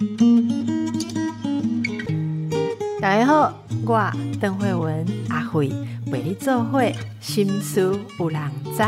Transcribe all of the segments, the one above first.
大家好，我邓惠文阿惠陪你做伙心事有人知。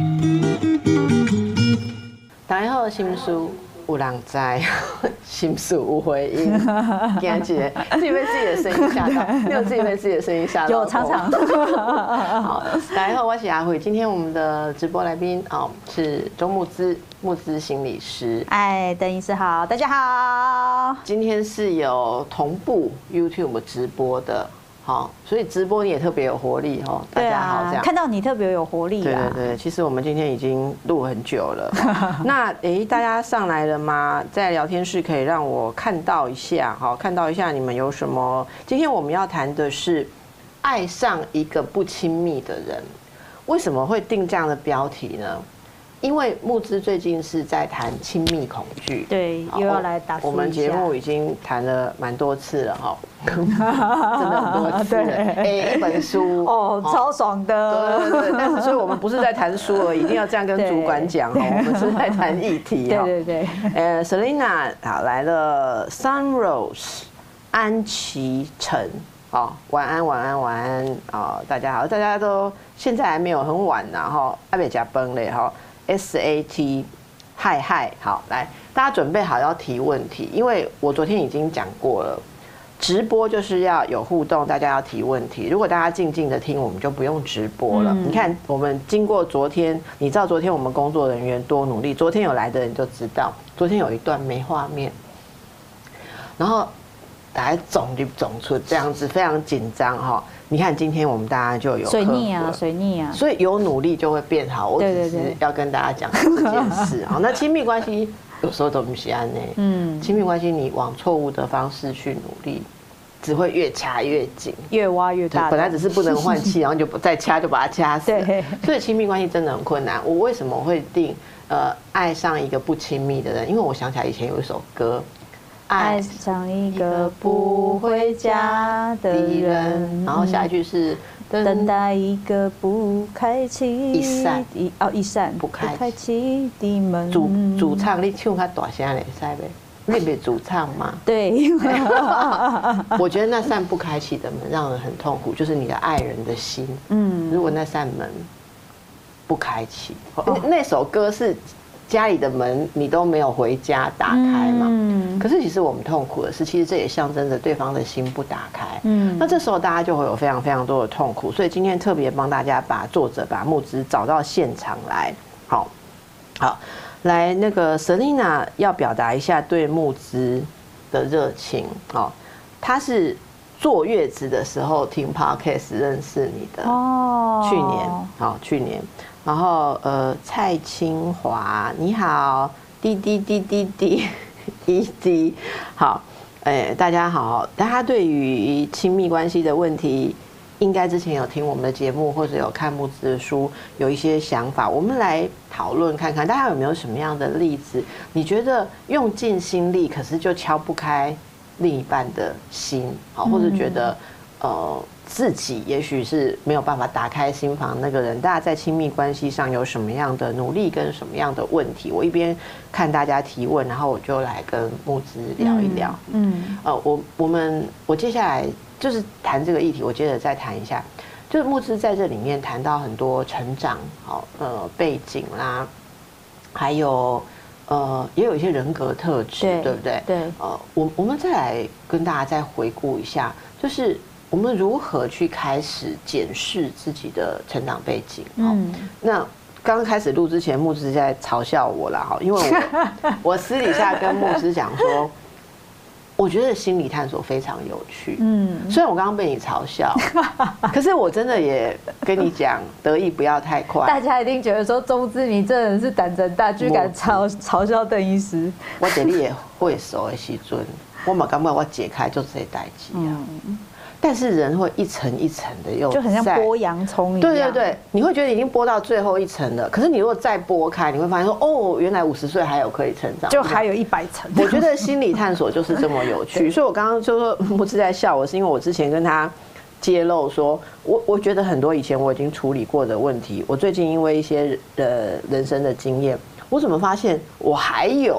大家好，心事有人知，心事有回音。惊一个，自己被自己的声音吓到，你有自己被自己的声音吓到？ 有常常。 好，大家好，我是阿惠。今天我们的直播来宾是周慕姿心理师。 哎，邓医师好，大家好。 今天是有同步 YouTube 直播的。好，所以直播你也特别有活力哈，大家好，这样看到你特别有活力啊。 对对对，其实我们今天已经录很久了。那大家上来了吗？在聊天室可以让我看到一下，好，看到一下你们有什么。今天我们要谈的是爱上一个不亲密的人，为什么会定这样的标题呢？因为慕姿最近是在谈亲密恐惧， 对，又要来打。 我们节目已经谈了蛮多次了哈，真的很多次了。一本书哦，超爽的。 对对对，但是所以我们不是在谈书而已，一定要这样跟主管讲哦，我们是在谈议题哈。 对对对。 Selina 好来了 ，Sunrose 安琪晨，好，晚安晚安晚安啊，大家好，大家都现在还没有很晚呐哈，还没加崩嘞哈。SAT， 嗨嗨，好，来，大家准备好要提问题，因为我昨天已经讲过了，直播就是要有互动，大家要提问题。如果大家静静的听，我们就不用直播了。你看，我们经过昨天，你知道昨天我们工作人员多努力，昨天有来的人就知道，昨天有一段没画面，然后大家总出这样子，非常紧张哈。你看，今天我们大家就有水逆啊，水逆啊， 所以有努力就会变好。我只是要跟大家讲这件事。好，那亲密关系有时候都不是安呢。亲密关系你往错误的方式去努力，只会越掐越紧， 越挖越大。 本来只是不能换气，然后就再掐就把它掐死。对，所以亲密关系真的很困难。我为什么会定爱上一个不亲密的人？因为我想起来以前有一首歌。 爱上一个不回家的人， 然后下一句是等待一个不开启一扇不开启的门。 主唱，你唱较大声嘞，使呗？你不是主唱吗？ 对。 我觉得那扇不开启的门让人很痛苦，就是你的爱人的心。如果那扇门不开启，那首歌是。家里的门你都没有回家打开嘛？可是其实我们痛苦的是，其实这也象征着对方的心不打开。那这时候大家就会有非常非常多的痛苦。所以今天特别帮大家把作者把慕姿找到现场来。好，来那个 Selina 要表达一下对慕姿的热情。她是坐月子的时候听 Podcast 认识你的。去年。然后蔡清华你好，滴滴滴滴滴一滴好，大家好，大家对于亲密关系的问题，应该之前有听我们的节目或者有看慕姿的书，有一些想法，我们来讨论看看，大家有没有什么样的例子？你觉得用尽心力，可是就敲不开另一半的心，好，或者觉得自己也许是没有办法打开心房那个人，大家在亲密关系上有什么样的努力跟什么样的问题？我一边看大家提问，然后我就来跟慕姿聊一聊。我接下来就是谈这个议题，我接着再谈一下，就是慕姿在这里面谈到很多成长，背景啦，还有也有一些人格特质，对不对？ 对。 我们再来跟大家再回顾一下，就是我们如何去开始检视自己的成长背景。那刚开始录之前，慕姿在嘲笑我啦，因为我私底下跟慕姿讲说，我觉得心理探索非常有趣。虽然我刚刚被你嘲笑，可是我真的也跟你讲，得意不要太快。 大家一定觉得说，周姿你真的是胆真大，居敢嘲笑邓医师。 我等你也会熟的时阵，我嘛感觉我解开就这些代志啊。但是人会一层一层的又就很像剥洋葱一样。 对对对，你会觉得已经剥到最后一层了，可是你如果再剥开，你会发现说，哦，原来50岁还有可以成长， 就还有100层。 我觉得心理探索就是这么有趣，所以我刚刚就说慕姿在笑我，是因为我之前跟他揭露说，我觉得很多以前我已经处理过的问题，我最近因为一些人生的经验，我怎么发现我还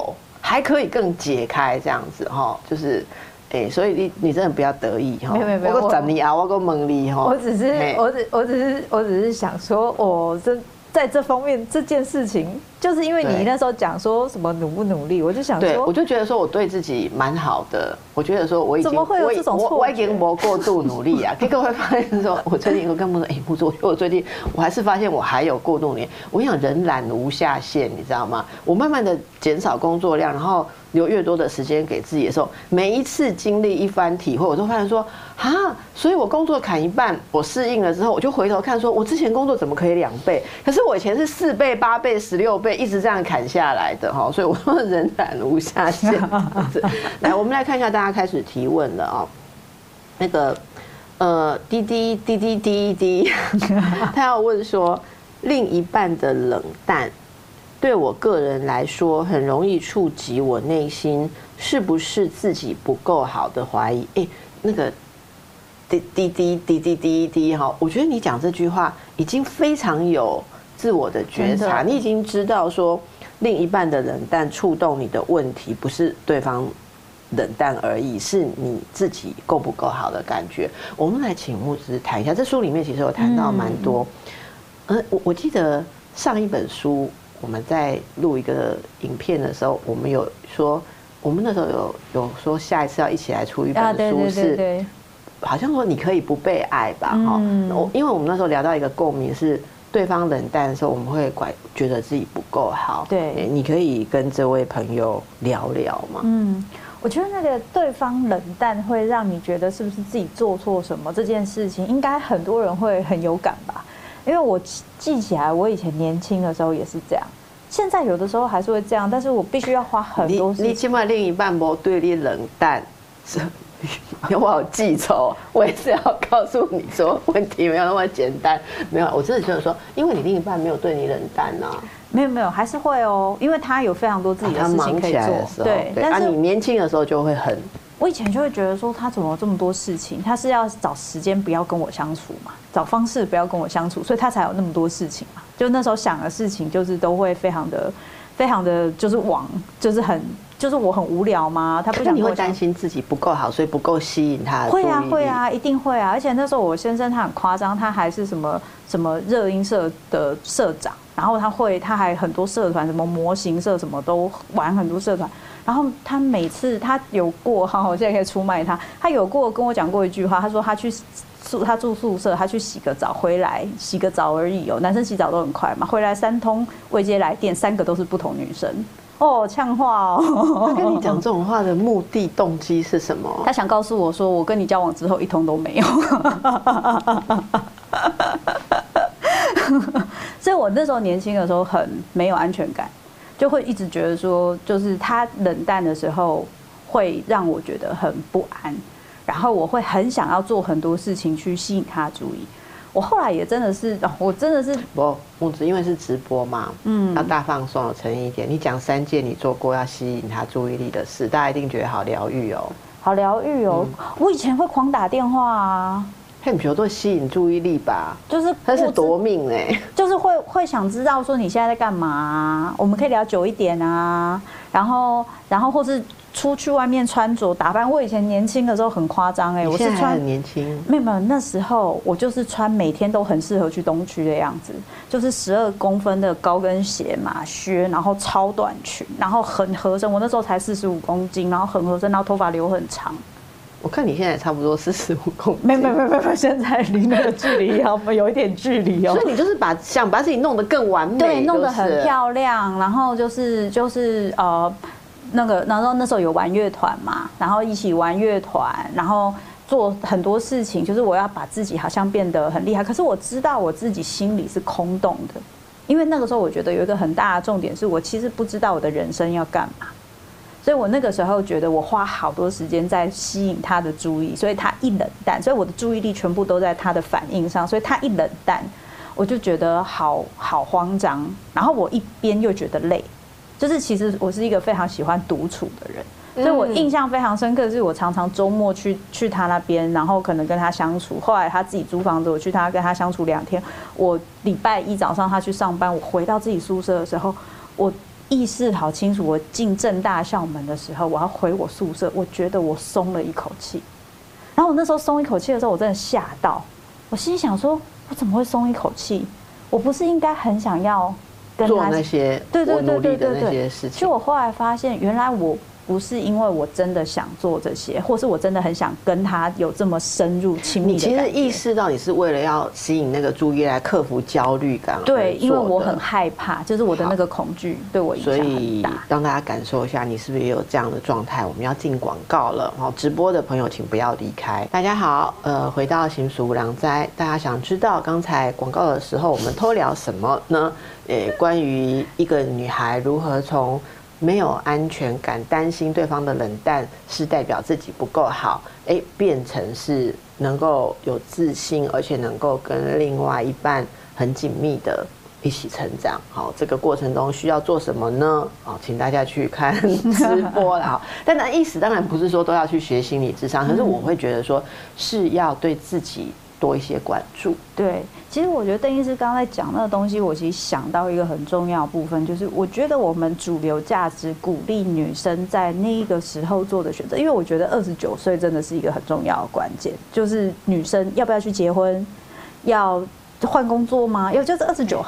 还可以更解开这样子哈，就是。所以你真的不要得意哈。 没有， 我10年啊，我够猛力哈。 我只是想说，我在这方面这件事情，就是因为你那时候讲说什么努不努力，我就想说， 对，我就觉得说我对自己蛮好的。我觉得说我已经怎么会有这种错觉？ 我已经没过度努力啊。结果会发现说，我最近我跟木说，木子，我最近我还是发现我还有过度努力。我想人懒无下限，你知道吗？我慢慢的减少工作量，然后留越多的时间给自己的时候，每一次经历一番体会，我都发现说，所以我工作砍一半，我适应了之后，我就回头看说，我之前工作怎么可以2倍？可是我以前是4倍、8倍、16倍，一直这样砍下来的哈。所以我说人懒无下限。来，我们来看一下，大家开始提问了哦。那个滴，他要问说，另一半的冷淡。对我个人来说，很容易触及我内心是不是自己不够好的怀疑。那个滴哈，我觉得你讲这句话已经非常有自我的觉察，你已经知道说另一半的冷淡触动你的问题，不是对方冷淡而已，是你自己够不够好的感觉。我们来请木子谈一下，这书里面其实有谈到蛮多。我记得上一本书。我们在录一个影片的时候，我们有说，我们那时候有说下一次要一起来出一本书，是好像说你可以不被爱吧？因为我们那时候聊到一个共鸣是，对方冷淡的时候，我们会觉得自己不够好。 对， 你可以跟这位朋友聊聊吗？ 我觉得那个对方冷淡会让你觉得是不是自己做错什么这件事情，应该很多人会很有感吧。因为我记起来，我以前年轻的时候也是这样，现在有的时候还是会这样，但是我必须要花很多时间。 你起码另一半不对你冷淡，有没有记仇？我也是要告诉你说，问题没有那么简单。没有，我真的觉得说，因为你另一半没有对你冷淡啊。 没有，还是会哦，因为他有非常多自己的事情可以做。 对，但是你年轻的时候就会很。 我以前就会觉得说，他怎么有这么多事情？他是要找时间不要跟我相处嘛，找方式不要跟我相处，所以他才有那么多事情嘛。就那时候想的事情，就是都会非常的，就是就是我很无聊吗？他不想跟我相处。 你会担心自己不够好，所以不够吸引他的注意力。 会啊，一定会啊！而且那时候我先生他很夸张，他还是什么热音社的社长，然后他还很多社团，什么模型社什么都玩很多社团。然后他每次他有过，我现在可以出卖他。他有过跟我讲过一句话，他说他住宿舍，他去洗个澡回来，洗个澡而已哦。男生洗澡都很快嘛，回来3通未接来电，3个都是不同女生。呛话哦！ 他跟你讲这种话的目的动机是什么？ 他想告诉我说，我跟你交往之后1通都没有。所以我那时候年轻的时候很没有安全感。就会一直觉得说，就是他冷淡的时候，会让我觉得很不安，然后我会很想要做很多事情去吸引他的注意。我后来也真的是，我真的是木子，因为是直播嘛，要大放松，有诚意一点。你讲3件你做过要吸引他注意力的事，大家一定觉得好疗愈哦。 好疗愈哦！我以前会狂打电话啊。 很多都吸引注意力吧， 就是他是夺命就是会想知道说你现在在干嘛，我们可以聊久一点啊，然后或是出去外面穿着打扮。我以前年轻的时候很夸张我是穿很年轻， 没有那时候我就是穿每天都很适合去东区的样子，就是12公分的高跟鞋马靴，然后超短裙，然后很合身。我那时候才45公斤，然后很合身，然后头发留很长。 我看你现在也差不多45公斤， 没，现在离那个距离有一点距离哦。 所以你就是想把自己弄得更完美， 对，弄得很漂亮，然后就是那时候有玩乐团嘛，然后一起玩乐团，然后做很多事情，就是我要把自己好像变得很厉害，可是我知道我自己心里是空洞的，因为那个时候我觉得有一个很大的重点是我其实不知道我的人生要干嘛。所以我那个时候觉得我花好多时间在吸引他的注意，所以他一冷淡，所以我的注意力全部都在他的反应上，所以他一冷淡，我就觉得好慌张，然后我一边又觉得累，就是其实我是一个非常喜欢独处的人，所以我印象非常深刻的是我常常周末去他那边，然后可能跟他相处，后来他自己租房子，我去跟他相处2天，我礼拜1早上他去上班，我回到自己宿舍的时候，我意识好清楚，我进正大校门的时候，我要回我宿舍，我觉得我松了一口气。然后我那时候松一口气的时候，我真的吓到，我心想说，我怎么会松一口气？我不是应该很想要跟他做那些我努力的那些事情？ 就我后来发现，原来我不是因为我真的想做这些，或是我真的很想跟他有这么深入亲密的感觉。 你其实意识到你是为了要吸引那个注意力来克服焦虑感， 对，因为我很害怕，就是我的那个恐惧对我影响很大。所以让大家感受一下，你是不是也有这样的状态？我们要进广告了，然后直播的朋友请不要离开。大家好，回到行俗良哉，大家想知道刚才广告的时候我们偷聊什么呢？关于一个女孩如何从没有安全感，担心对方的冷淡是代表自己不够好，变成是能够有自信，而且能够跟另外一半很紧密的一起成长。好，这个过程中需要做什么呢？好，请大家去看直播了。但那意思当然不是说都要去学心理智商，可是我会觉得说是要对自己多一些关注。 对，其实我觉得邓医师刚刚在讲那个东西，我其实想到一个很重要的部分，就是我觉得我们主流价值鼓励女生在那个时候做的选择，因为我觉得29岁真的是一个很重要的关键，就是女生要不要去结婚，要换工作吗？就是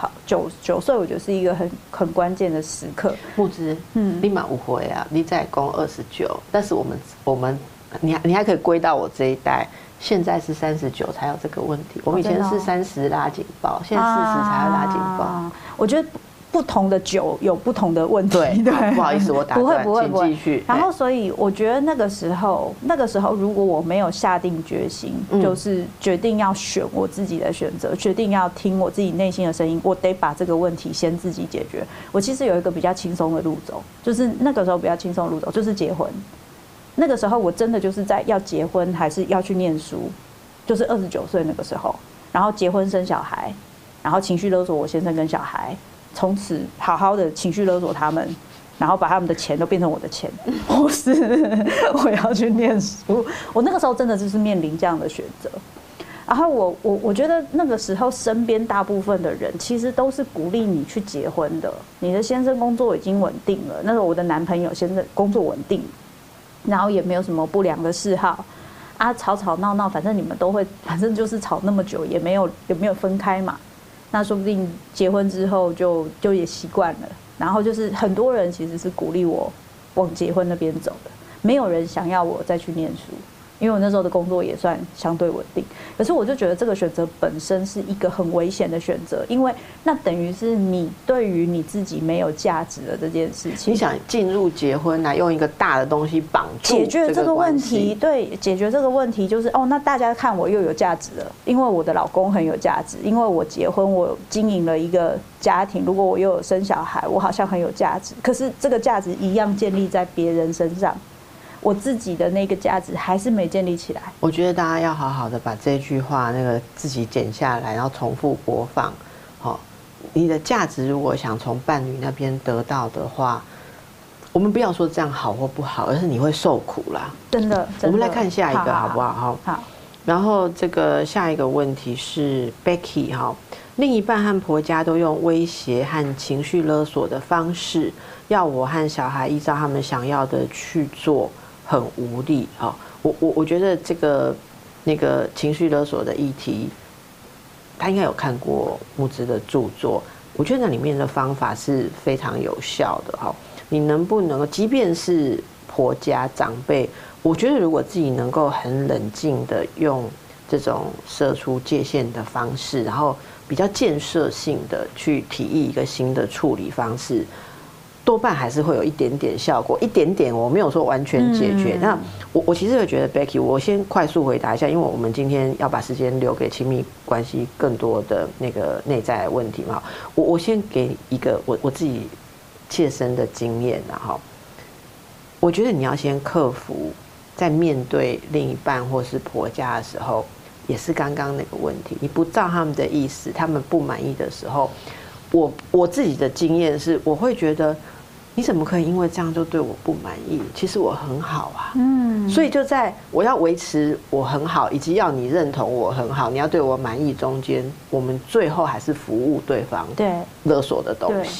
29岁，我觉得是一个很关键的时刻。 木之，你蛮误会啊，你在讲29，但是我们你还可以归到我这一代。现在是39才有这个问题，我们以前是30拉警报，现在40才要拉警报。 我觉得不同的酒有不同的问题。 对，不好意思，我打断， 不会请继续。 然后，所以我觉得那个时候，如果我没有下定决心，就是决定要选我自己的选择，决定要听我自己内心的声音，我得把这个问题先自己解决。我其实有一个比较轻松的路走，就是那个时候比较轻松的路走，就是结婚。那个时候我真的就是在要结婚还是要去念书，就是29岁那个时候，然后结婚生小孩，然后情绪勒索我先生跟小孩，从此好好的情绪勒索他们，然后把他们的钱都变成我的钱，或是我要去念书。我那个时候真的就是面临这样的选择。然后我觉得那个时候身边大部分的人其实都是鼓励你去结婚的，你的先生工作已经稳定了，那时候我的男朋友先生工作稳定。然后也没有什么不良的嗜好啊，吵吵闹闹，反正你们都会，反正就是吵那么久，也没有分开嘛。那说不定结婚之后就也习惯了。然后就是很多人其实是鼓励我往结婚那边走的，没有人想要我再去念书，因为我那时候的工作也算相对稳定。可是我就觉得这个选择本身是一个很危险的选择，因为那等于是你对于你自己没有价值的这件事情。 你想进入结婚来用一个大的东西绑住解决这个问题，对，解决这个问题就是那大家看我又有价值了，因为我的老公很有价值，因为我结婚，我经营了一个家庭，如果我又有生小孩，我好像很有价值。可是这个价值一样建立在别人身上。我自己的那个价值还是没建立起来。 我觉得大家要好好的把这句话自己剪下来，然后重复播放。你的价值如果想从伴侣那边得到的话，我们不要说这样好或不好，而是你会受苦啦。 真的。 我们来看下一个好不好？ 好。 然后这个下一个问题是 Becky 另一半和婆家都用威胁和情绪勒索的方式，要我和小孩依照他们想要的去做。很无力我觉得那个情绪勒索的议题，他应该有看过木之的著作，我觉得那里面的方法是非常有效的你能不能，即便是婆家长辈，我觉得如果自己能够很冷静的用这种设出界限的方式，然后比较建设性的去提议一个新的处理方式。多半还是会有一点点效果，一点点，我没有说完全解决。那我其实会觉得 Becky， 我先快速回答一下，因为我们今天要把时间留给亲密关系更多的那个内在的问题嘛。我先给一个我自己切身的经验我觉得你要先克服在面对另一半或是婆家的时候，也是刚刚那个问题，你不照他们的意思，他们不满意的时候，我自己的经验是，我会觉得。你怎么可以因为这样就对我不满意？其实我很好啊，所以就在我要维持我很好，以及要你认同我很好，你要对我满意中间，我们最后还是服务对方，对勒索的东西。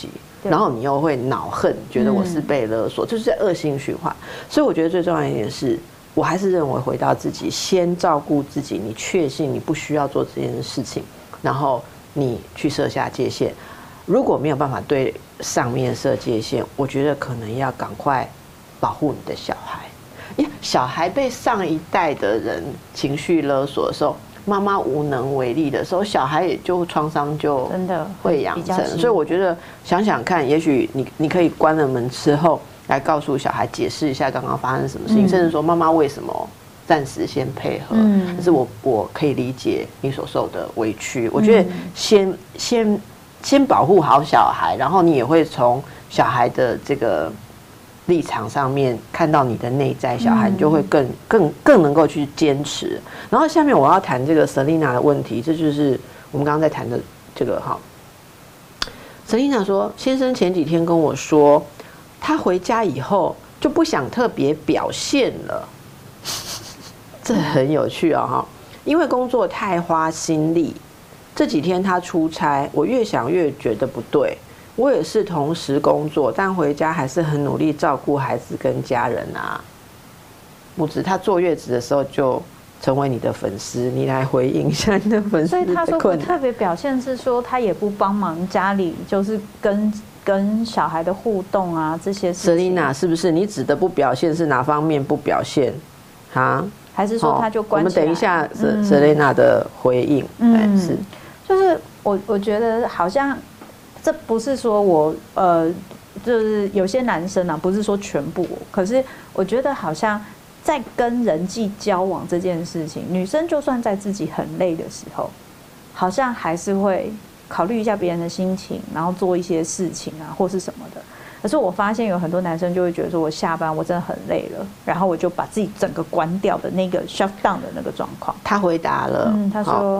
然后你又会恼恨，觉得我是被勒索，就是恶性循环。所以我觉得最重要一点是，我还是认为回到自己，先照顾自己，你确信你不需要做这件事情，然后你去设下界限。如果没有办法对上面设界限，我觉得可能要赶快保护你的小孩，因为小孩被上一代的人情绪勒索的时候，妈妈无能为力的时候，小孩也就创伤就真的会养成。所以我觉得想想看，也许你可以关了门之后来告诉小孩，解释一下刚刚发生什么事情，甚至说妈妈为什么暂时先配合，但是我可以理解你所受的委屈。我觉得先保护好小孩，然后你也会从小孩的这个立场上面看到你的内在小孩，你就会更能够去坚持。然后下面我要谈这个 Selina 的问题，这就是我们刚刚在谈的这个哈。Selina 说，先生前几天跟我说，他回家以后就不想特别表现了，这很有趣啊哈，因为工作太花心力。这几天他出差，我越想越觉得不对。我也是同时工作，但回家还是很努力照顾孩子跟家人啊。木子他坐月子的时候就成为你的粉丝，你来回应一下你的粉丝的困难。所以他说不特别表现是说他也不帮忙家里，就是跟小孩的互动啊这些事情。 Selina 是不是你指的不表现是哪方面不表现啊？ 还是说他就关起来？ 我们等一下Selina 的回应。是。 就是我觉得好像这不是说我就是有些男生啊，不是说全部，可是我觉得好像在跟人际交往这件事情，女生就算在自己很累的时候，好像还是会考虑一下别人的心情，然后做一些事情啊，或是什么的。可是我发现有很多男生就会觉得说，我下班我真的很累了，然后我就把自己整个关掉的那个 shut down 的那个状况。 他回答了， 他说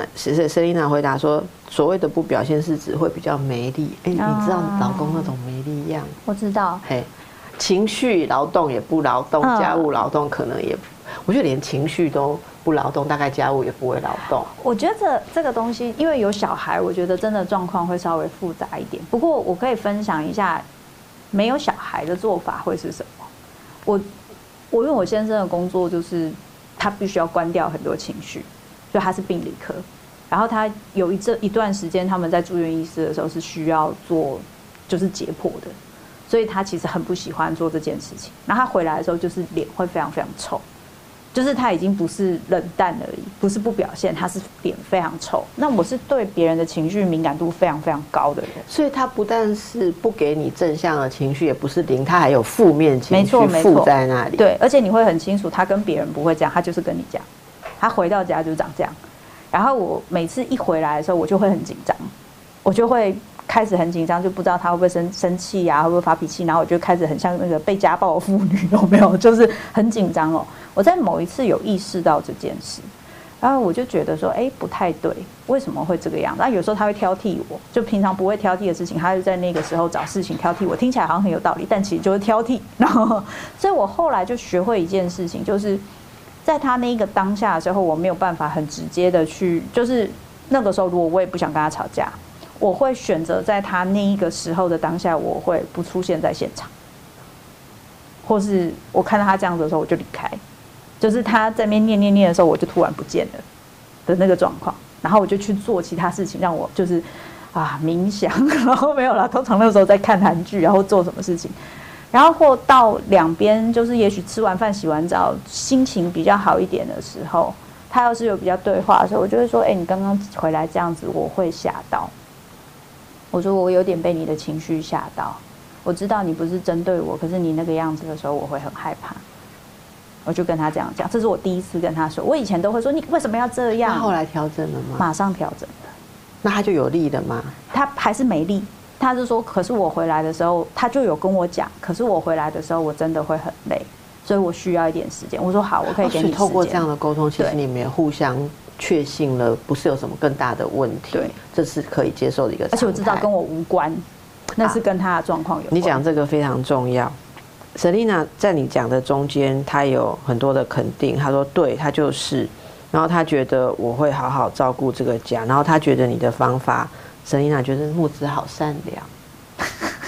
Selina 回答说，所谓的不表现是指会比较没力。你知道老公那种没力样？ 我知道。 情绪劳动也不劳动，家务劳动可能也，我觉得连情绪都不劳动，大概家务也不会劳动。 我觉得这个东西，因为有小孩，我觉得真的状况会稍微复杂一点。不过我可以分享一下。没有小孩的做法会是什么？因为我先生的工作就是他必须要关掉很多情绪，所以他是病理科，然后他有一段时间他们在住院医师的时候是需要做就是解剖的，所以他其实很不喜欢做这件事情。然后他回来的时候就是脸会非常非常臭。就是他已经不是冷淡而已，不是不表现，他是脸非常臭。那我是对别人的情绪敏感度非常非常高的人， 所以他不但是不给你正向的情绪，也不是零，他还有负面情绪附在那里。 对，而且你会很清楚，他跟别人不会这样，他就是跟你讲，他回到家就长这样。然后我每次一回来的时候，我就会很紧张，我就会开始很紧张，就不知道他会不会生气啊，会不会发脾气，然后我就开始很像那个被家暴的妇女，有没有？就是很紧张哦。我在某一次有意识到这件事，然后我就觉得说，不太对，为什么会这个样子？有时候他会挑剔我，就平常不会挑剔的事情，他就在那个时候找事情挑剔我，听起来好像很有道理，但其实就是挑剔。然后，所以我后来就学会一件事情，就是在他那一个当下的时候，我没有办法很直接的去，就是那个时候如果我也不想跟他吵架，我会选择在他那一个时候的当下，我会不出现在现场，或是我看到他这样子的时候，我就离开。就是他在那边念的时候，我就突然不见了的那个状况，然后我就去做其他事情，让我就是冥想，然后没有啦，通常那时候在看韩剧，然后做什么事情，然后或到两边就是也许吃完饭洗完澡，心情比较好一点的时候，他要是有比较对话的时候，我就会说，你刚刚回来这样子，我会吓到。我说我有点被你的情绪吓到，我知道你不是针对我，可是你那个样子的时候，我会很害怕。我就跟他这样讲，这是我第一次跟他说。我以前都会说你为什么要这样？ 那后来调整了吗？ 马上调整了。 那他就有力了吗？ 他还是没力。他是说，可是我回来的时候，他就有跟我讲，可是我回来的时候，我真的会很累，所以我需要一点时间。我说好，我可以给你时间。 透过这样的沟通，其实你们也互相确信了，不是有什么更大的问题。对，这是可以接受的一个常态。 而且我知道跟我无关，那是跟他的状况有关。 你讲这个非常重要。Selina 在你讲的中间，她有很多的肯定。她说：“对，她就是。”然后她觉得我会好好照顾这个家。然后她觉得你的方法，Selina觉得木子好善良。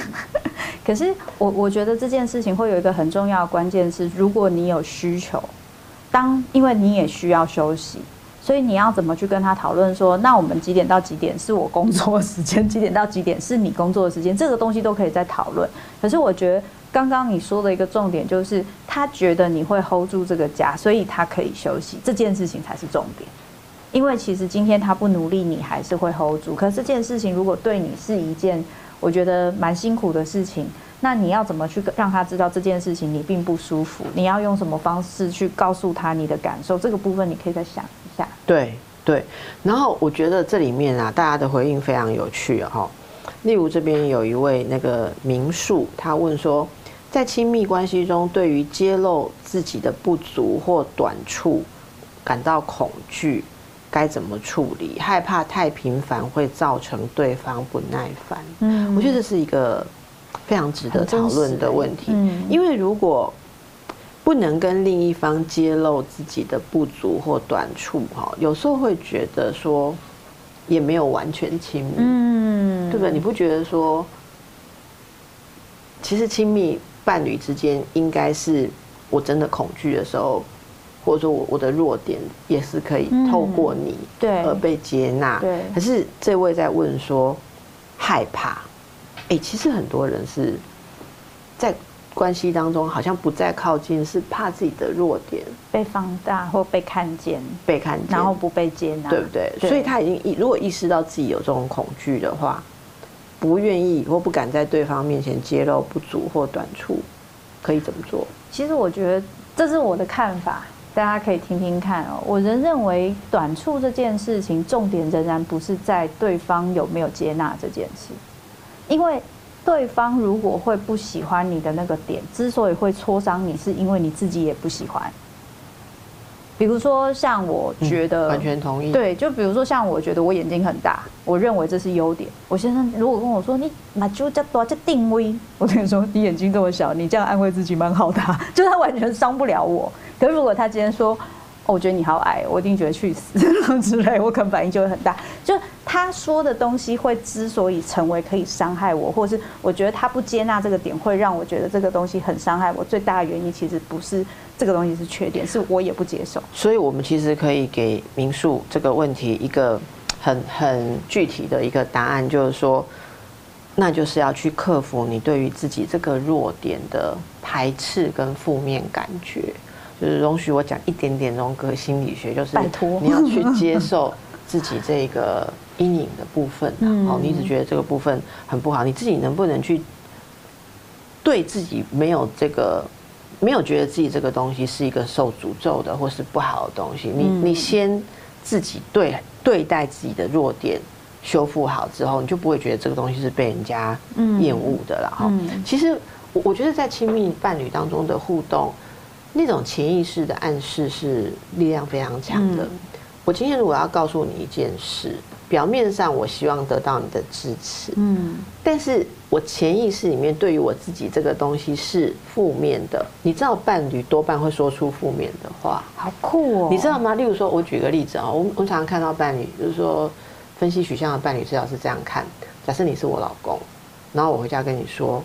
可是我觉得这件事情会有一个很重要的关键是，如果你有需求，因为你也需要休息，所以你要怎么去跟他讨论说，那我们几点到几点是我工作的时间，几点到几点是你工作的时间，这个东西都可以再讨论。可是我觉得刚刚你说的一个重点就是，他觉得你会 hold 住这个家，所以他可以休息，这件事情才是重点。因为其实今天他不努力，你还是会 hold 住。可是这件事情如果对你是一件我觉得蛮辛苦的事情，那你要怎么去让他知道这件事情你并不舒服？你要用什么方式去告诉他你的感受？这个部分你可以再想一下。 对对，然后我觉得这里面啊，大家的回应非常有趣哈。例如这边有一位那个民宿，他问说，在亲密关系中，对于揭露自己的不足或短处感到恐惧，该怎么处理？害怕太频繁会造成对方不耐烦。我觉得这是一个非常值得讨论的问题。因为如果不能跟另一方揭露自己的不足或短处，有时候会觉得说也没有完全亲密，对不对？你不觉得说，其实亲密伴侣之间应该是我真的恐惧的时候，或者说我的弱点也是可以透过你而被接纳。可是这位在问说害怕，其实很多人是在关系当中好像不再靠近，是怕自己的弱点被放大或被看见，然后不被接纳， 对不对？所以他已经如果意识到自己有这种恐惧的话，不愿意或不敢在对方面前揭露不足或短处，可以怎么做？ 其实我觉得这是我的看法，大家可以听听看哦。我认为短处这件事情，重点仍然不是在对方有没有接纳这件事，因为对方如果会不喜欢你的那个点，之所以会戳伤你，是因为你自己也不喜欢。比如说像我觉得， 完全同意。 对，就比如说像我觉得我眼睛很大，我认为这是优点。我先生如果跟我说你那就叫多叫定位，我跟你说你眼睛这么小，你这样安慰自己蛮好的，就是他完全伤不了我。可是如果他今天说，我觉得你好矮，我一定觉得去死之类，我可能反应就会很大。就他说的东西会之所以成为可以伤害我，或是我觉得他不接纳这个点，会让我觉得这个东西很伤害我。最大的原因其实不是这个东西是缺点，是我也不接受。 所以我们其实可以给民宿这个问题一个很具体的一个答案，就是说，那就是要去克服你对于自己这个弱点的排斥跟负面感觉。就是容许我讲一点点荣格心理学，就是你要去接受自己这个阴影的部分。你一直觉得这个部分很不好，你自己能不能去对自己没有觉得自己这个东西是一个受诅咒的或是不好的东西？你先自己对待自己的弱点修复好之后，你就不会觉得这个东西是被人家厌恶的了。其实我觉得在亲密伴侣当中的互动，那种潜意识的暗示是力量非常强的。我今天如果要告诉你一件事，表面上我希望得到你的支持，但是我潜意识里面对于我自己这个东西是负面的。你知道伴侣多半会说出负面的话， 好酷哦！ 你知道吗？例如说，我举个例子啊，我们常常看到伴侣，就是说分析取向的伴侣治疗是这样看：假设你是我老公，然后我回家跟你说，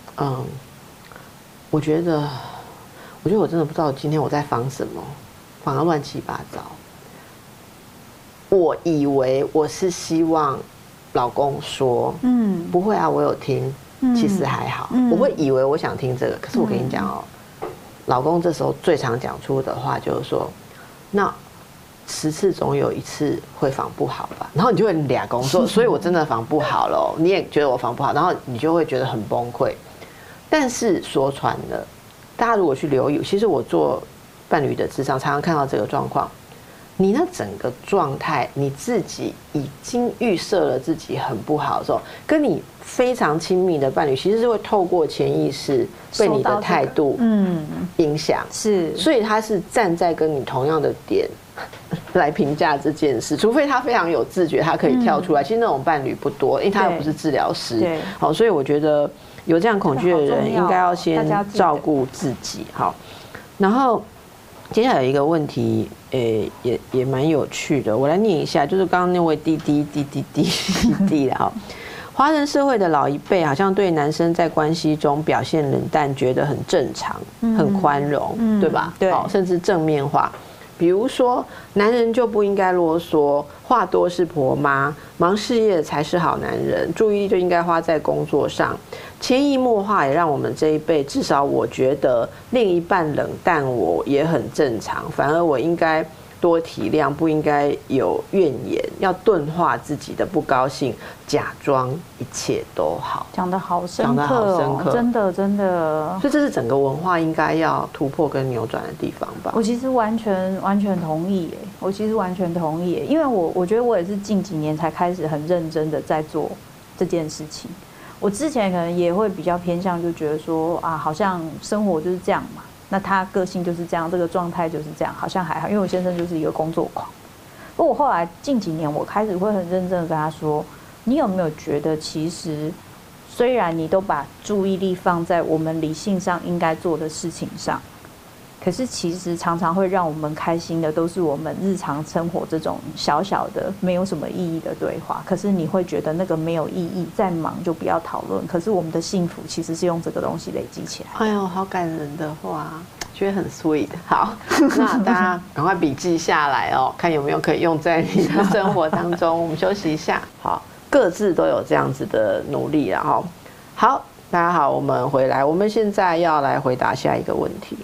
我觉得我真的不知道今天我在防什么，防得乱七八糟。我以为我是希望老公说，不会啊，我有听，其实还好。我会以为我想听这个，可是我跟你讲哦，老公这时候最常讲出的话就是说，那10次总有1次会防不好吧？然后你就会俩公说，所以我真的防不好了，你也觉得我防不好，然后你就会觉得很崩溃。但是说穿了，大家如果去留意，其实我做伴侣的咨商，常常看到这个状况。你那整个状态，你自己已经预设了自己很不好的时候，跟你非常亲密的伴侣，其实是会透过潜意识被你的态度影响， 是， 所以他是站在跟你同样的点来评价这件事，除非他非常有自觉，他可以跳出来。其实那种伴侣不多，因为他又不是治疗师，好，所以我觉得有这样恐惧的人，应该要先照顾自己，好，然后。接下来有一个问题，也蛮有趣的，我来念一下，就是刚刚那位滴的哈， 华人社会的老一辈好像对男生在关系中表现冷淡，觉得很正常，很宽容，对吧？ 对， 甚至正面化。比如说，男人就不应该啰嗦，话多是婆妈，忙事业才是好男人，注意力就应该花在工作上。潜移默化也让我们这一辈，至少我觉得另一半冷淡我也很正常，反而我应该多体谅，不应该有怨言，要钝化自己的不高兴，假装一切都好。 讲得好深刻哦，真的真的。 所以这是整个文化应该要突破跟扭转的地方吧？ 我其实完全同意耶，我其实完全同意耶，因为我觉得我也是近几年才开始很认真的在做这件事情。我之前可能也会比较偏向，就觉得说啊，好像生活就是这样嘛。那他个性就是这样，这个状态就是这样，好像还好。因为我先生就是一个工作狂，不过我后来近几年，我开始会很认真的跟他说：“你有没有觉得，其实虽然你都把注意力放在我们理性上应该做的事情上，可是其实常常会让我们开心的，都是我们日常生活这种小小的没有什么意义的对话。可是你会觉得那个没有意义，再忙就不要讨论。可是我们的幸福其实是用这个东西累积起来。” 哎呦，好感人的话，觉得很 sweet。好，那大家赶快笔记下来哦，看有没有可以用在你的生活当中。我们休息一下，好，各自都有这样子的努力，然后好，大家好，我们回来，我们现在要来回答下一个问题。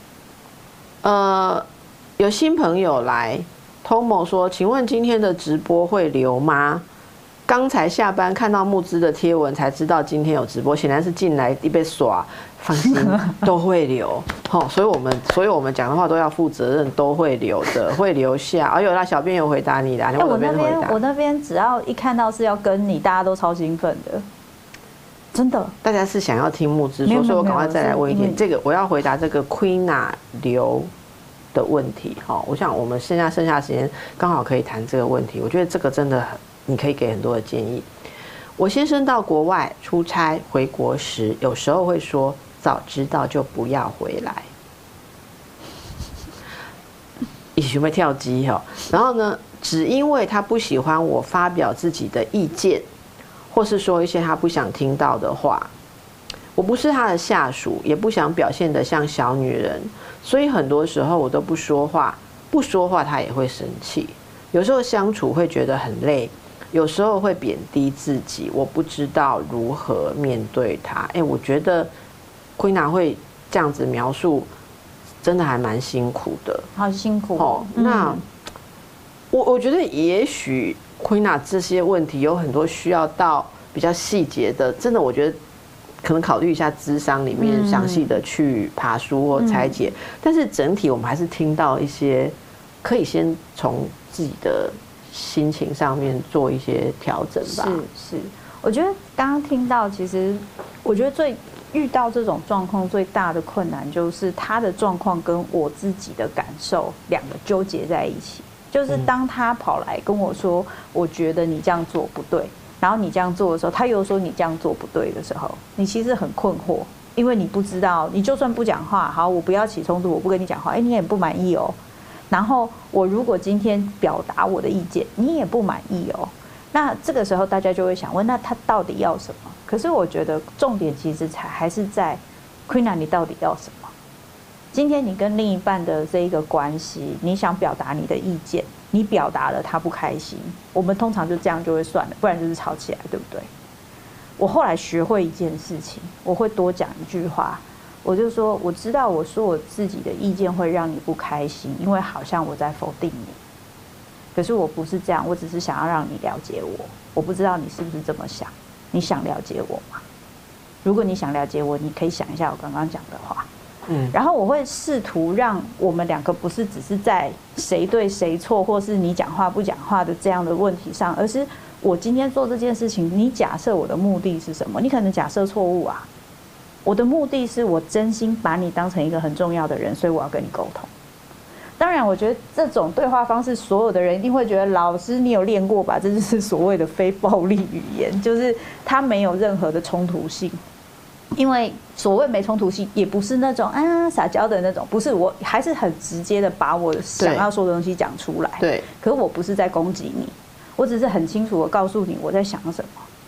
有新朋友来 ，Tomo 说，请问今天的直播会留吗？刚才下班看到募资的贴文，才知道今天有直播，显然是进来一被耍，放心，都会留。所以我们讲的话都要负责任，都会留的，会留下。哎呦，那小编有回答你啦， 我那边只要一看到是要跟你，大家都超兴奋的。真的， 大家是想要听募资说，所以我赶快再来问一点。这个我要回答这个 Queena 刘的问题。我想我们现在剩下的时间刚好可以谈这个问题。我觉得这个真的你可以给很多的建议。我先生到国外出差回国时，有时候会说早知道就不要回来，一起会跳机然后呢，只因为他不喜欢我发表自己的意见。或是说一些他不想听到的话，我不是他的下属，也不想表现得像小女人，所以很多时候我都不说话，不说话他也会生气。有时候相处会觉得很累，有时候会贬低自己，我不知道如何面对他。我觉得 Queena 会这样子描述，真的还蛮辛苦的， 好辛苦哦。 那我觉得也许。Queena 这些问题有很多需要到比较细节的，真的我觉得可能考虑一下諮商里面详细的去爬书或拆解，但是整体我们还是听到一些可以先从自己的心情上面做一些调整吧。 是，我觉得刚刚听到，其实我觉得遇到这种状况最大的困难就是他的状况跟我自己的感受两个纠结在一起。就是当他跑来跟我说，我觉得你这样做不对，然后你这样做的时候，他又说你这样做不对的时候，你其实很困惑，因为你不知道，你就算不讲话，好，我不要起冲突，我不跟你讲话，你也不满意哦。然后我如果今天表达我的意见，你也不满意哦。那这个时候大家就会想问，那他到底要什么？可是我觉得重点其实还是在 Queena 你到底要什么？今天你跟另一半的这一个关系，你想表达你的意见，你表达了他不开心，我们通常就这样就会算了，不然就是吵起来，对不对？我后来学会一件事情，我会多讲一句话，我就说我知道我说我自己的意见会让你不开心，因为好像我在否定你，可是我不是这样，我只是想要让你了解我，我不知道你是不是这么想，你想了解我吗？如果你想了解我，你可以想一下我刚刚讲的话。然后我会试图让我们两个不是只是在谁对谁错，或是你讲话不讲话的这样的问题上，而是我今天做这件事情，你假设我的目的是什么？你可能假设错误啊。我的目的是我真心把你当成一个很重要的人，所以我要跟你沟通。当然，我觉得这种对话方式，所有的人一定会觉得老师你有练过吧？这就是所谓的非暴力语言，就是它没有任何的冲突性。因为所谓没冲突性，也不是那种撒娇的那种，不是，我还是很直接的把我想要说的东西讲出来。对，可是我不是在攻击你，我只是很清楚的告诉你我在想什么。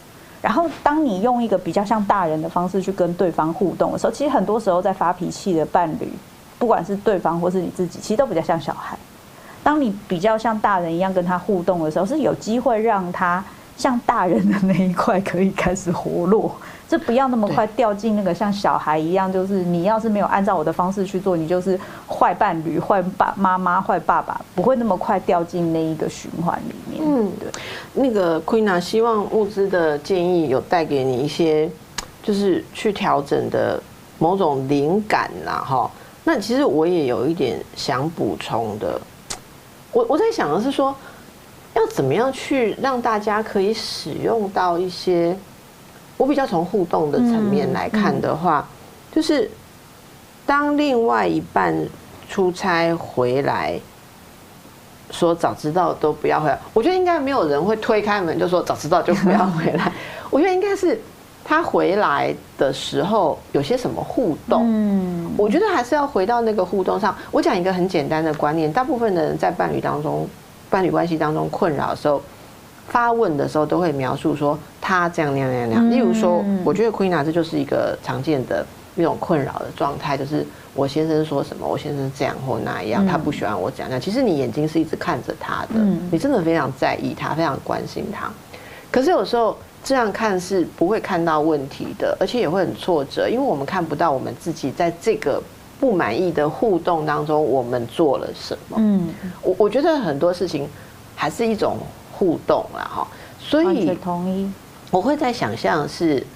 然后当你用一个比较像大人的方式去跟对方互动的时候，其实很多时候在发脾气的伴侣，不管是对方或是你自己，其实都比较像小孩。当你比较像大人一样跟他互动的时候，是有机会让他像大人的那一块可以开始活络，就不要那么快掉进那个像小孩一样，就是你要是没有按照我的方式去做，你就是坏伴侣、坏妈妈、坏爸爸，不会那么快掉进那一个循环里面。对。 那个 Queena 希望物资的建议有带给你一些，就是去调整的某种灵感啦，哈。那其实我也有一点想补充的。我在想的是说，要怎么样去让大家可以使用到一些，我比较从互动的层面来看的话，就是当另外一半出差回来，说早知道都不要回来，我觉得应该没有人会推开门就说早知道就不要回来。我觉得应该是他回来的时候有些什么互动，我觉得还是要回到那个互动上。我讲一个很简单的观念，大部分的人在伴侣关系当中困扰的时候，发问的时候都会描述说他这样那样那样那样。例如说，我觉得 Queena 这就是一个常见的一种困扰的状态，就是我先生说什么，我先生这样或那样，他不喜欢我这样那样。其实你眼睛是一直看着他的，你真的非常在意他，非常关心他。可是有时候这样看是不会看到问题的，而且也会很挫折，因为我们看不到我们自己在这个不满意的互动当中我们做了什么。我觉得很多事情还是一种互动啦，哈。所以完全同意。 我会在想象是，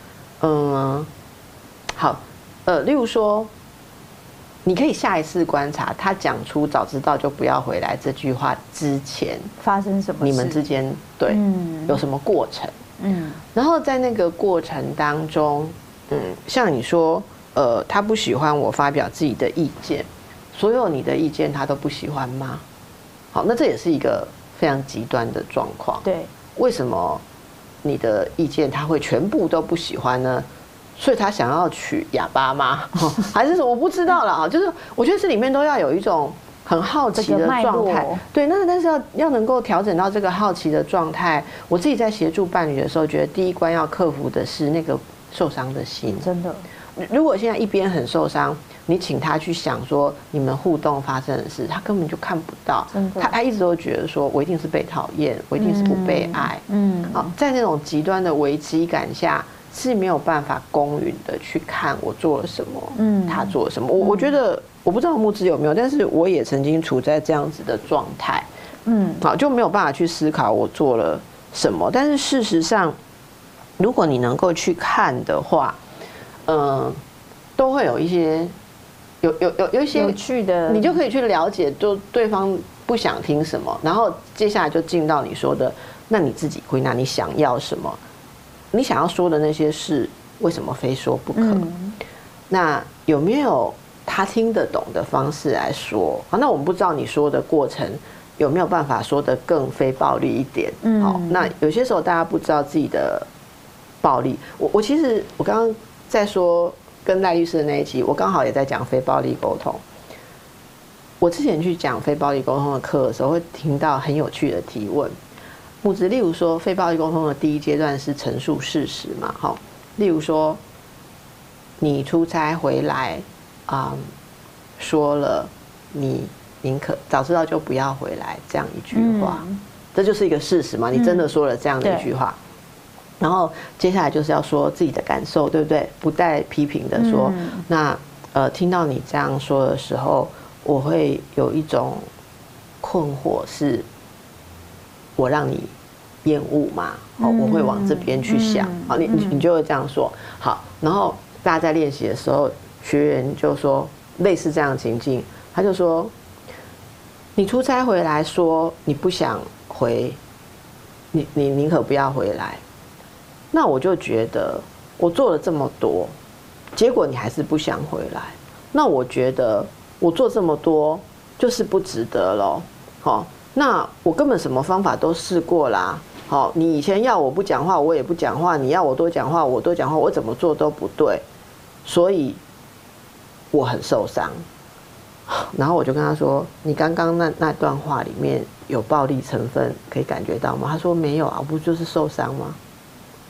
好，例如说，你可以下一次观察他讲出“早知道就不要回来”这句话之前发生什么事， 你们之间对有什么过程。然后在那个过程当中，像你说，他不喜欢我发表自己的意见，所有你的意见他都不喜欢吗？好，那这也是一个非常极端的状况。 对， 为什么你的意见他会全部都不喜欢呢？所以他想要娶哑巴吗？还是说我不知道了啊？就是我觉得这里面都要有一种很好奇的状态，对，但是要能够调整到这个好奇的状态。我自己在协助伴侣的时候，觉得第一关要克服的是那个受伤的心。 真的， 如果现在一边很受伤，你请他去想说你们互动发生的事，他根本就看不到。他一直都觉得说我一定是被讨厌，我一定是不被爱。在那种极端的危机感下，是没有办法公允的去看我做了什么，他做了什么。我觉得我不知道木之有没有，但是我也曾经处在这样子的状态，好，就没有办法去思考我做了什么。但是事实上，如果你能够去看的话，都会有一些有一些有趣的， 你就可以去了解，就对方不想听什么，然后接下来就进到你说的，那你自己Queena，你想要什么？你想要说的那些事，为什么非说不可？那有没有他听得懂的方式来说？那我们不知道你说的过程有没有办法说得更非暴力一点？好，那有些时候大家不知道自己的暴力。我其实我刚刚在说跟赖律师的那一集，我刚好也在讲非暴力沟通。我之前去讲非暴力沟通的课的时候，会听到很有趣的提问。木子，例如说，非暴力沟通的第一阶段是陈述事实嘛，哈。例如说，你出差回来，说了你宁可早知道就不要回来这样一句话，这就是一个事实嘛，你真的说了这样的一句话。然后接下来就是要说自己的感受，对不对？不带批评的说，那听到你这样说的时候，我会有一种困惑，是我让你厌恶嘛？我会往这边去想。好，你就会这样说。好，然后大家在练习的时候，学员就说类似这样的情境，他就说，你出差回来说你不想回，你宁可不要回来。那我就觉得我做了这么多，结果你还是不想回来，那我觉得我做这么多就是不值得咯。好，那我根本什么方法都试过啦。好，你以前要我不讲话，我也不讲话；你要我多讲话，我多讲话，我怎么做都不对，所以我很受伤。然后我就跟他说：“你刚刚那段话里面有暴力成分，可以感觉到吗？”他说：“没有啊，不就是受伤吗？”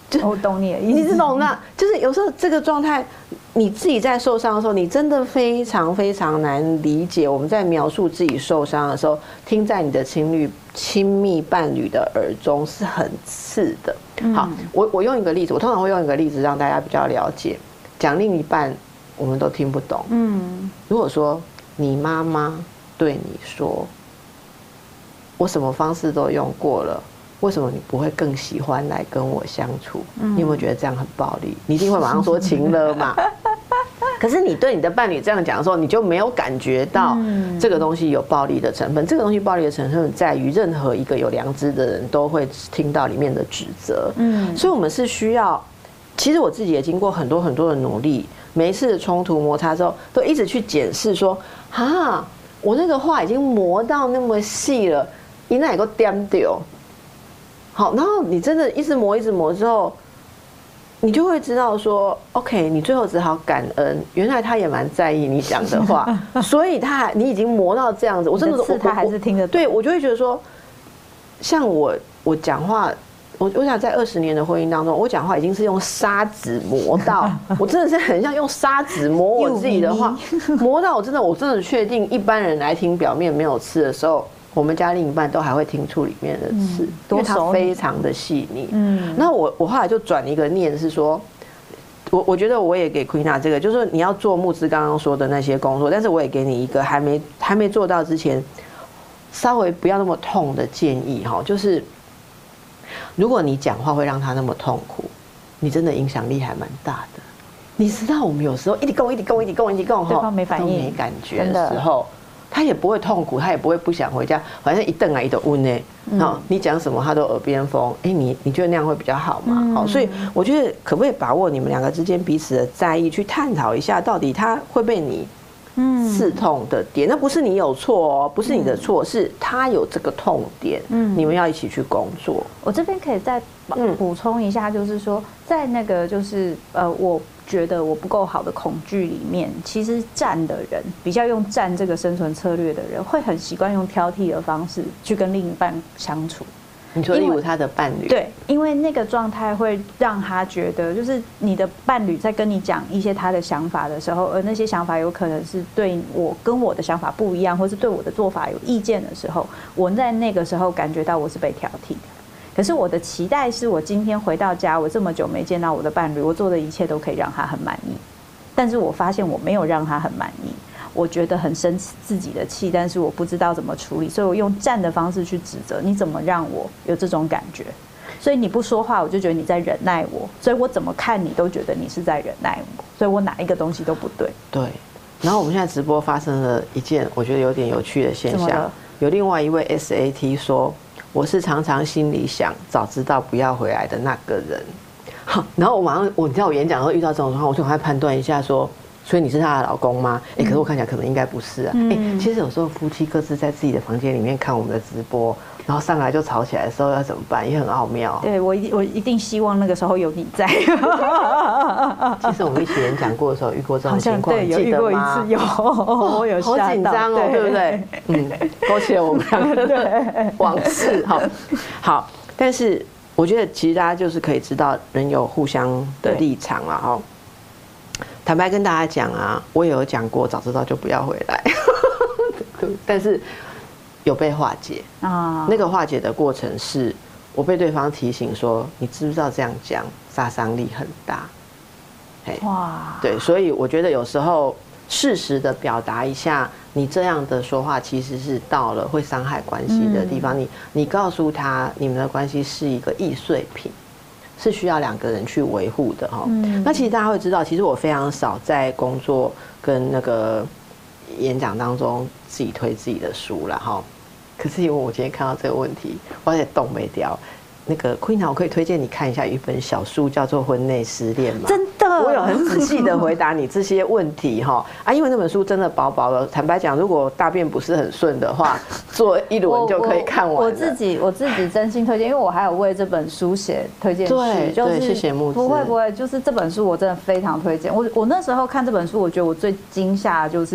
我懂你的意思， 你是懂那，就是有时候这个状态，你自己在受伤的时候，你真的非常非常难理解。我们在描述自己受伤的时候，听在你的亲密伴侣的耳中是很刺的。好，我用一个例子，我通常会用一个例子让大家比较了解。讲另一半，我们都听不懂。如果说你妈妈对你说，我什么方式都用过了。为什么你不会更喜欢来跟我相处？你有没有觉得这样很暴力？你一定会马上说情勒嘛。可是你对你的伴侣这样讲的时候，你就没有感觉到这个东西有暴力的成分。这个东西暴力的成分在于任何一个有良知的人都会听到里面的指责。所以我们是需要，其实我自己也经过很多很多的努力，每一次的冲突摩擦之后，都一直去检视说，我那个话已经磨到那么细了，你哪个点掉？好，然后你真的一直磨之后，你就会知道说 ，OK， 你最后只好感恩，原来他也蛮在意你讲的话，所以你已经磨到这样子，我真的他还是听得懂。 对，我就会觉得说，像我讲话，我想在20年的婚姻当中，我讲话已经是用砂纸磨到，我真的是很像用砂纸磨我自己的话，磨到我真的确定一般人来听表面没有刺的时候。我们家另一半都还会听出里面的刺，因为它非常的细腻。那我后来就转一个念是说，我觉得我也给 Queena 这个，就是说你要做慕姿刚刚说的那些工作，但是我也给你一个还没做到之前，稍微不要那么痛的建议哈，就是如果你讲话会让他那么痛苦，你真的影响力还蛮大的。你知道我们有时候一直攻， 对方没反应、 没感觉的时候。他也不会痛苦，他也不会不想回家，反正一瞪来一都问呢。你讲什么他都耳边风。你觉得那样会比较好吗？好，所以我觉得可不可以把握你们两个之间彼此的在意，去探讨一下，到底他会被你刺痛的点，那不是你有错哦，不是你的错，是他有这个痛点。你们要一起去工作。 我这边可以再补充一下，就是说，在那个就是我觉得我不够好的恐惧里面，其实战的人比较用战这个生存策略的人，会很习惯用挑剔的方式去跟另一半相处。 你说，例如他的伴侣， 对，因为那个状态会让他觉得，就是你的伴侣在跟你讲一些他的想法的时候，而那些想法有可能是对我跟我的想法不一样，或是对我的做法有意见的时候，我在那个时候感觉到我是被挑剔的。可是我的期待是我今天回到家，我这么久没见到我的伴侣，我做的一切都可以让他很满意。但是我发现我没有让他很满意，我觉得很生自己的气，但是我不知道怎么处理，所以我用战的方式去指责你怎么让我有这种感觉。所以你不说话，我就觉得你在忍耐我，所以我怎么看你都觉得你是在忍耐我，所以我哪一个东西都不对。 对。然后我们现在直播发生了一件我觉得有点有趣的现象，有另外一位 SAT 说。我是常常心里想，早知道不要回来的那个人。好，然后我马上，你知道我演讲的时候遇到这种状况，我就赶快判断一下说，所以你是她的老公吗？可是我看起来可能应该不是啊。其实有时候夫妻各自在自己的房间里面看我们的直播，然后上来就吵起来的时候要怎么办，也很奥妙。 对，我一定希望那个时候有你在。 其实我们一起演讲过的时候遇过这种情况， 对，有遇过一次，有，我有吓到， 好紧张哦，对不对？勾起了我们两个的往事。好，但是我觉得其实大家就是可以知道人有互相的立场了哈。坦白跟大家讲啊，我也有讲过，早知道就不要回来，但是有被化解啊。那个化解的过程是我被对方提醒说，你知不知道这样讲杀伤力很大？哇，对，所以我觉得有时候适时的表达一下，你这样的说话其实是到了会伤害关系的地方。你告诉他，你们的关系是一个易碎品。是需要两个人去维护的哈。那其实大家会知道，其实我非常少在工作跟那个演讲当中自己推自己的书啦哈。可是因为我今天看到这个问题，我有点动没掉。那个 Queena， 我可以推荐你看一下一本小书，叫做《婚内失恋》吗？ 真的， 我有很仔细的回答你这些问题哈啊，因为那本书真的薄薄的。坦白讲，如果大便不是很顺的话，做一轮就可以看完了。 我自己真心推荐，因为我还有为这本书写推荐序。 对，谢谢木子。 不会，就是这本书我真的非常推荐。我那时候看这本书，我觉得我最惊吓的就是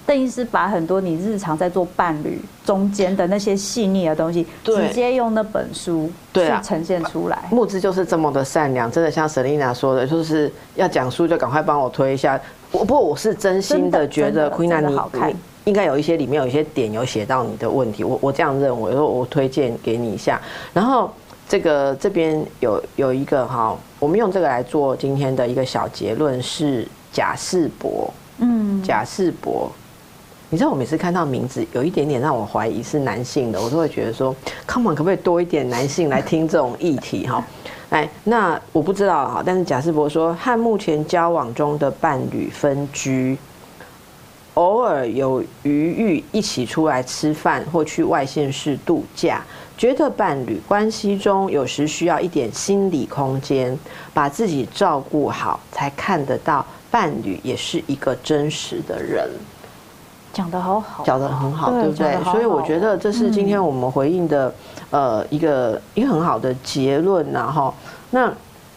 邓医师把很多你日常在做伴侣中间的那些细腻的东西，直接用那本书去呈现出来。 木之就是这么的善良，真的像 Selina 说的，就是要讲书就赶快帮我推一下。不过我是真心的觉得 Queena 你应该有一些里面有一些点有写到你的问题，我这样认为，我推荐给你一下。然后这边有一个哈，我们用这个来做今天的一个小结论是贾世博，贾世博。你知道我每次看到名字有一点点让我怀疑是男性的，我都会觉得说 ，Come on， 可不可以多一点男性来听这种议题哈？哎，那我不知道哈，但是贾世博说，和目前交往中的伴侣分居，偶尔有余裕一起出来吃饭或去外县市度假，觉得伴侣关系中有时需要一点心理空间，把自己照顾好，才看得到伴侣也是一个真实的人。 讲得好好， 讲得很好，对不对？所以我觉得这是今天我们回应的一个很好的结论呐哈。那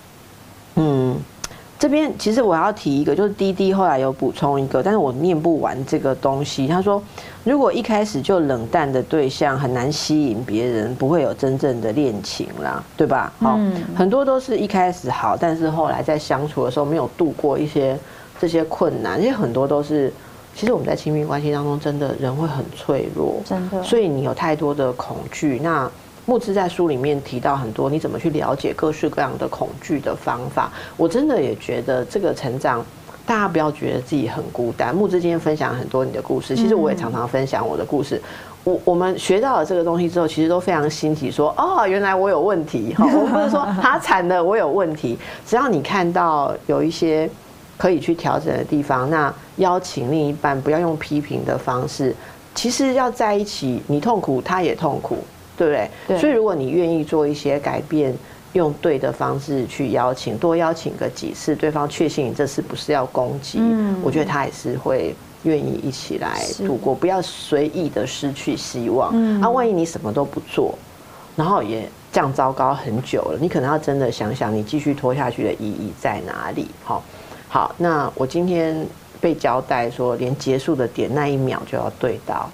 这边其实我要提一个，就是滴滴后来有补充一个，但是我念不完这个东西。他说，如果一开始就冷淡的对象很难吸引别人，不会有真正的恋情啦，对吧？很多都是一开始好，但是后来在相处的时候没有度过一些这些困难，因为很多都是。其实我们在亲密关系当中，真的人会很脆弱， 真的。所以你有太多的恐惧。那木之在书里面提到很多，你怎么去了解各式各样的恐惧的方法。我真的也觉得这个成长，大家不要觉得自己很孤单。木之今天分享很多你的故事，其实我也常常分享我的故事。我们学到了这个东西之后，其实都非常欣喜，说哦，原来我有问题。我不是说他惨了，我有问题。只要你看到有一些可以去调整的地方，那邀请另一半不要用批评的方式。其实要在一起，你痛苦，他也痛苦，对不对？对。所以如果你愿意做一些改变，用对的方式去邀请，多邀请个几次，对方确信你这次不是要攻击，我觉得他也是会愿意一起来度过，不要随意的失去希望。万一你什么都不做，然后也这样糟糕很久了，你可能要真的想想，你继续拖下去的意义在哪里？好，那我今天被交代说，连结束的点那一秒就要对到，